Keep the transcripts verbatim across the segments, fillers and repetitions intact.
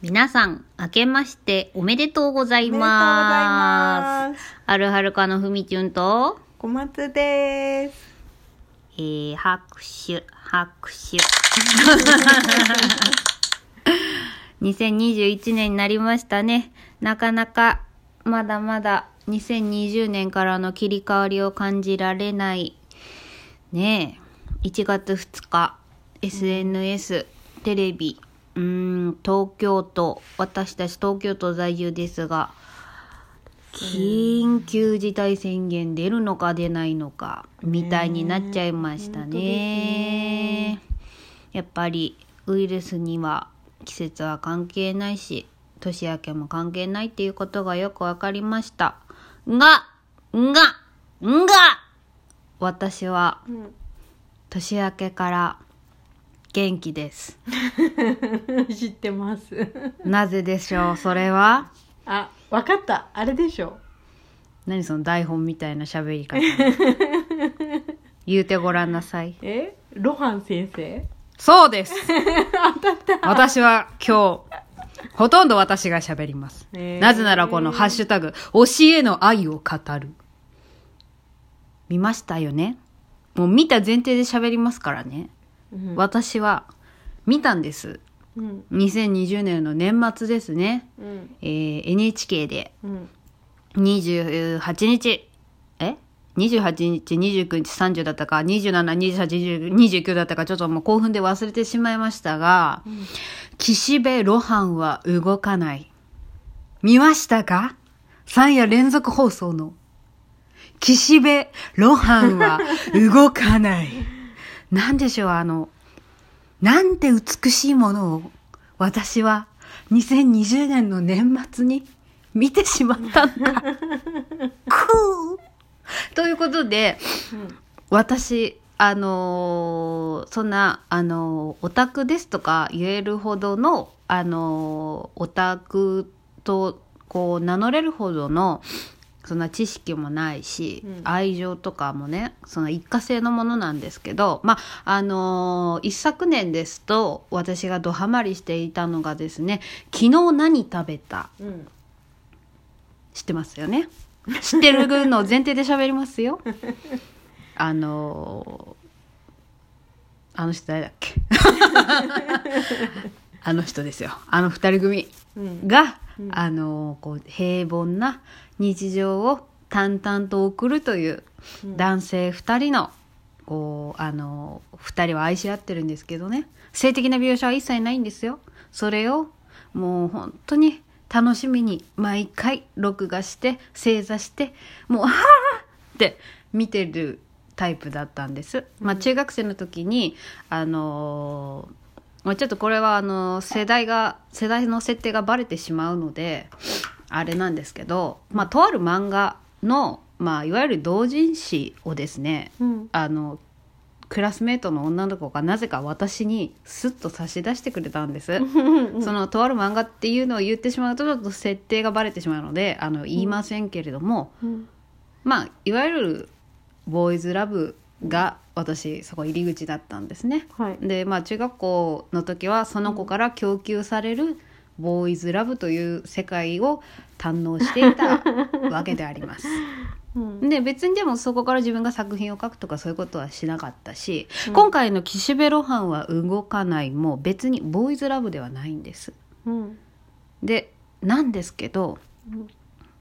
皆さん、明けましておめでとうございます。 おめでとうございます。 あるはるかのふみちゅんと、 小松です。 えー、拍手、拍手。にせんにじゅういちねんになりましたね。なかなか、まだまだにせんにじゅうねんからの切り替わりを感じられない。ねえ、いちがつふつか、エスエヌエス、テレビ、うーん、東京都、私たち東京都在住ですが、緊急事態宣言出るのか出ないのかみたいになっちゃいましたね。やっぱりウイルスには季節は関係ないし、年明けも関係ないっていうことがよくわかりました。が、が、が、私は年明けから元気です。 知ってます。 なぜでしょう、それは。 あ、わかった。あれでしょ。 何その台本みたいな喋り方。言うてごらんなさい。 え、ロハン先生？ そうです。 当たった。 私は今日、ほとんど私が喋ります。 えー、 なぜならこのハッシュタグ、教えの愛を語る。見ましたよね？もう見た前提で喋りますからね。うん、私は見たんです。うん、にせんにじゅうねんの年末ですね。うん、えー、エヌエイチケー で、にじゅうはちにち、えにじゅうはちにち、にじゅうくにち、さんじゅうだったか、にじゅうしち、にじゅうはち、にじゅうきゅうだったか、ちょっともう興奮で忘れてしまいましたが、うん、岸辺露伴は動かない。見ましたか？さん夜連続放送の岸辺露伴は動かない。なんでしょう、あの、なんて美しいものを私はにせんにじゅうねんの年末に見てしまったんだ。くーということで、うん、私、あのー、そんな、あのー、オタクですとか言えるほどの、あのー、オタクとこう名乗れるほどのそんな知識もないし、うん、愛情とかもね、その一過性のものなんですけど、まあ、あのー、一昨年ですと、私がドハマりしていたのがですね、昨日何食べた、うん、知ってますよね。知ってるのを前提で喋りますよ。あのー、あの人誰だっけあの人ですよ。あの二人組が、うんうん、あのー、こう平凡な日常を淡々と送るという男性二人の、こう、あのー、二人は愛し合ってるんですけどね。性的な描写は一切ないんですよ。それをもう本当に楽しみに毎回録画して正座してもうはぁって見てるタイプだったんです。まあ、中学生の時にあのー、ちょっとこれはあの世代が世代の設定がバレてしまうのであれなんですけど、まあ、とある漫画の、まあ、いわゆる同人誌をですね、うん、あのクラスメートの女の子がなぜか私にスッと差し出してくれたんです。そのとある漫画っていうのを言ってしまうとちょっと設定がバレてしまうのであの言いませんけれども、うん、まあいわゆるボーイズラブが私そこ入り口だったんですね、はい、でまあ中学校の時はその子から供給されるボーイズラブという世界を堪能していたわけであります。うん、で別にでもそこから自分が作品を書くとかそういうことはしなかったし、うん、今回の岸辺露伴は動かないも別にボーイズラブではないんです、うん、でなんですけど、うん、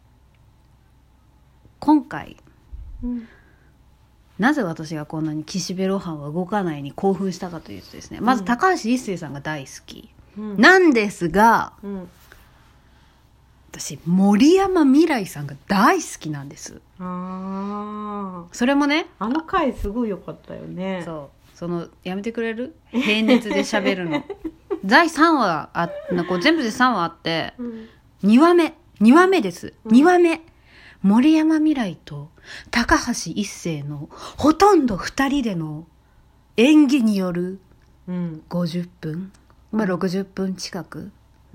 今回、うん、なぜ私がこんなに岸辺露伴は動かないに興奮したかというとですね、まず高橋一生さんが大好き、うん、なんですが、うん、私森山未來さんが大好きなんです。あ、それもね、 あの回すごい良かったよね。 そうそのやめてくれる平熱で喋るのだいさんわあなこう全部でさんわあって、うん、にわめにわめです、うん、にわめ森山未來と高橋一生のほとんどふたりでの演技によるごじゅっぷん、うん、まあろくじゅっぷん近く、うん、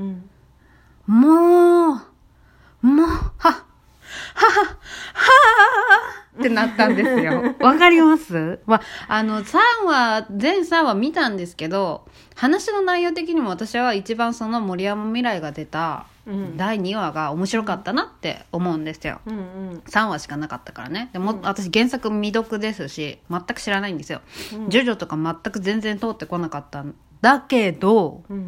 もうもうははははってなったんですよ。わかります？まあ、あの、さんわ、全さんわ見たんですけど、話の内容的にも私は一番その森山未來が出ただいにわが面白かったなって思うんですよ。 うんうん、 さんわしかなかったからね。でも、 うん、 私原作未読ですし、全く知らないんですよ。うん、ジョジョとか全く全然通ってこなかったんだけど、うん、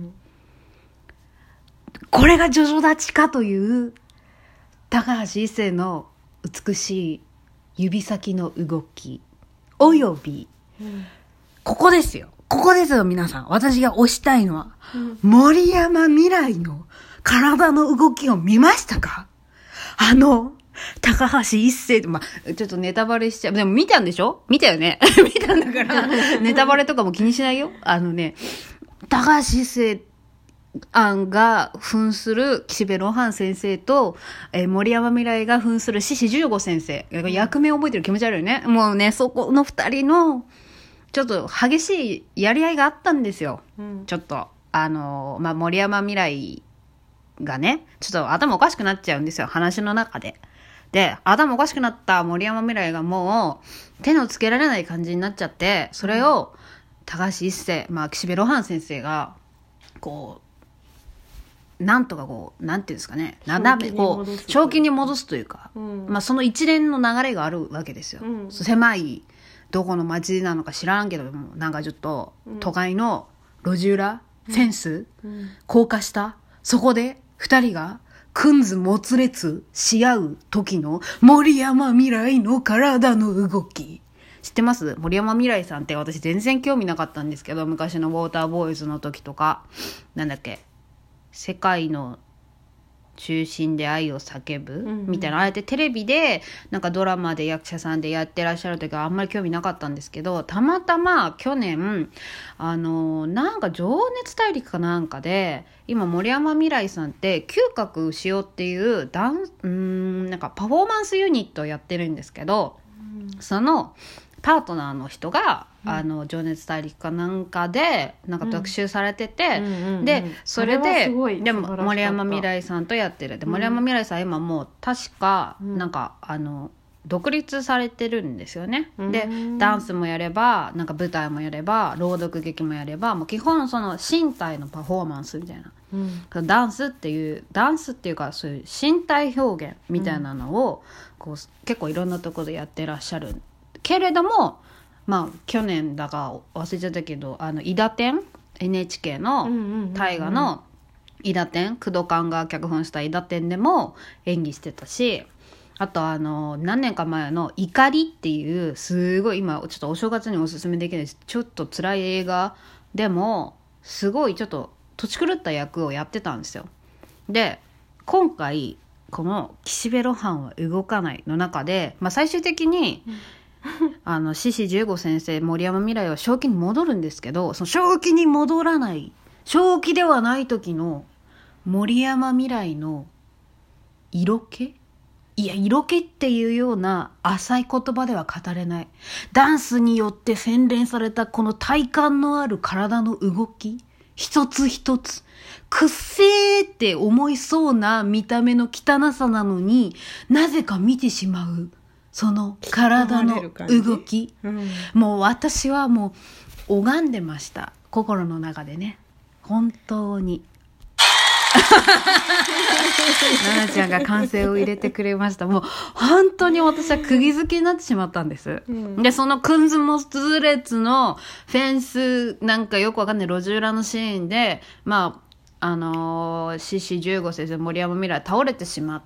これがジョジョ立ちかという高橋一生の美しい指先の動きおよび、うん、ここですよここですよ皆さん、私が推したいのは、うん、森山未來の体の動きを見ましたか？あの高橋一生、まあ、ちょっとネタバレしちゃう。でも見たんでしょ？見たよね見たんだからネタバレとかも気にしないよ。あのね、高橋一生案が扮する岸辺露伴先生と、えー、森山未來が扮する獅子十五先生、役名覚えてる気持ち悪いよね。もうね、そこの二人のちょっと激しいやり合いがあったんですよ、うん、ちょっとあのー、まあ、森山未来がねちょっと頭おかしくなっちゃうんですよ、話の中で。で、頭おかしくなった森山未来がもう手のつけられない感じになっちゃって、それを高橋一生、まあ、岸辺露伴先生がこうなんとかこうなんていうんですかね、斜めこう正気に戻すというか、うん、まあ、その一連の流れがあるわけですよ、うん、狭いどこの町なのか知らんけども、なんかちょっと都会の路地裏、うん、フェンス、うん、高架下、そこで二人がくんずもつれつし合う時の森山未來の体の動き、知ってます？森山未來さんって私全然興味なかったんですけど、昔のウォーターボーイズの時とか、なんだっけ、世界の中心で愛を叫ぶ、うんうん、みたいな、あえてテレビでなんかドラマで役者さんでやってらっしゃる時はあんまり興味なかったんですけど、たまたま去年あのなんか情熱大陸かなんかで今森山未來さんって嗅覚牛尾っていうダンうーんなんかパフォーマンスユニットをやってるんですけど、うん、そのパートナーの人が、うん、あの情熱大陸かなんかでなんか特集されてて、うん、でそれででも森山未來さんとやってる。で森山未來さん今もう確かなんか、うん、あの独立されてるんですよね、うん、でダンスもやればなんか舞台もやれば朗読劇もやれば、もう基本その身体のパフォーマンスみたいな、うん、ダンスっていうダンスっていうかそういう身体表現みたいなのを、こう結構いろんなところでやってらっしゃるけれども、まあ去年だか忘れちゃったけど、あの伊達天 エヌエイチケー の大河の伊達天、工藤官が脚本した伊達天でも演技してたし、あとあの何年か前の怒りっていうすごい今ちょっとお正月におすすめできないちょっと辛い映画でもすごいちょっと土地狂った役をやってたんですよ。で今回この岸辺露伴は動かないの中で、まあ、最終的に、うんあの獅子十五先生森山未来は正気に戻るんですけど、その正気に戻らない正気ではない時の森山未来の色気、いや色気っていうような浅い言葉では語れない、ダンスによって洗練されたこの体感のある体の動き一つ一つ、くっせーって思いそうな見た目の汚さなのになぜか見てしまうその体の動き、うん、もう私はもう拝んでました、心の中でね。本当に奈々ちゃんが歓声を入れてくれました。もう本当に私は釘付けになってしまったんです、うん、でそのくんずもつれつのフェンスなんかよくわかんない路地裏のシーンで、まああのー、獅子十五先生森山未来倒れてしまって、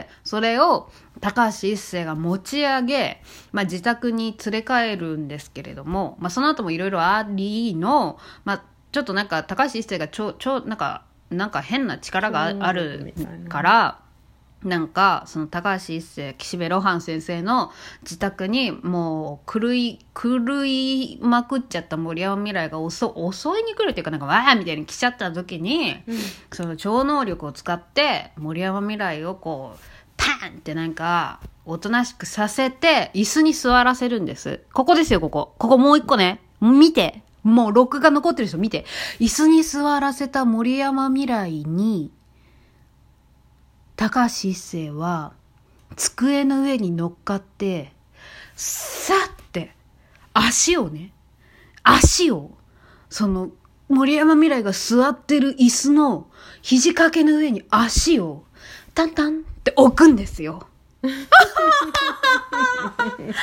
それを高橋一生が持ち上げ、まあ、自宅に連れ帰るんですけれども、まあ、その後もいろいろありの、まあ、ちょっとなんか高橋一生がちょちょなんかなんか変な力があるからなんかその高橋一生岸辺露伴先生の自宅にもう狂い狂いまくっちゃった森山未来が襲襲いに来るっていうかなんかわーみたいに来ちゃった時に、うん、その超能力を使って森山未来をこうパンってなんかおとなしくさせて椅子に座らせるんです。ここですよ、ここここもう一個ね、見て、もう録画残ってる人見て、椅子に座らせた森山未来に高橋一生は机の上に乗っかってさって足をね足をその森山未来が座ってる椅子の肘掛けの上に足をタンタンって置くんですよ。何なのかしら何なのかし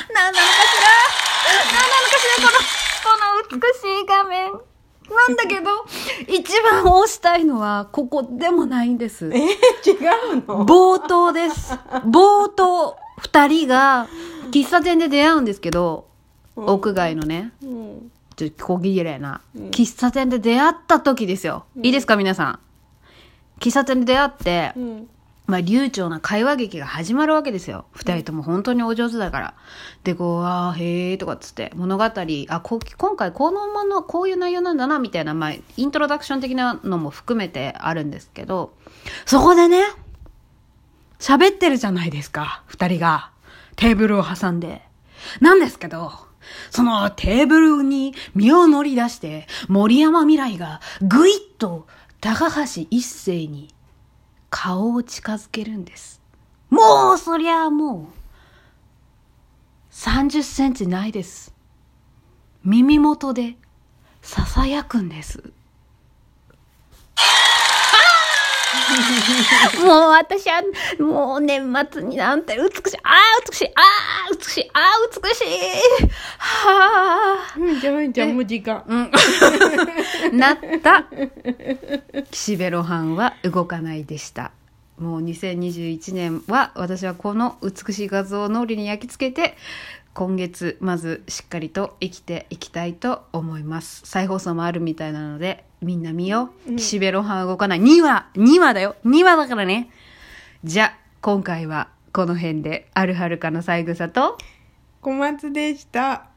らこのこの美しい画面なんだけど一番押したいのはここでもないんです。 えー、違うの？ 冒頭です。冒頭二人が喫茶店で出会うんですけど、うん、屋外のね、うん、ちょっと小綺麗な、うん、喫茶店で出会った時ですよ、うん、いいですか皆さん。喫茶店で出会って、うん、まあ流暢な会話劇が始まるわけですよ。二、うん、人とも本当にお上手だから。でこうあーへーとかっつって物語あこ今回このものこういう内容なんだなみたいな、まあイントロダクション的なのも含めてあるんですけど、そこでね喋ってるじゃないですか二人がテーブルを挟んで。なんですけどそのテーブルに身を乗り出して森山未来がぐいっと高橋一生に顔を近づけるんです。もうそりゃもうさんじゅっセンチないです。耳元でささやくんです。もう私はもう年末になんて美しいあー美しいあー美しいあー美しいはあうんじゃうんじゃもう時間、 うん、なった岸辺露伴は動かないでした。もうにせんにじゅういちねんは私はこの美しい画像を脳裏に焼き付けて今月まずしっかりと生きていきたいと思います。再放送もあるみたいなのでみんな見よう、うん、岸辺露伴は動かないにわにわだよにわだからね。じゃ今回はこの辺であるはるかの三枝と小松でした。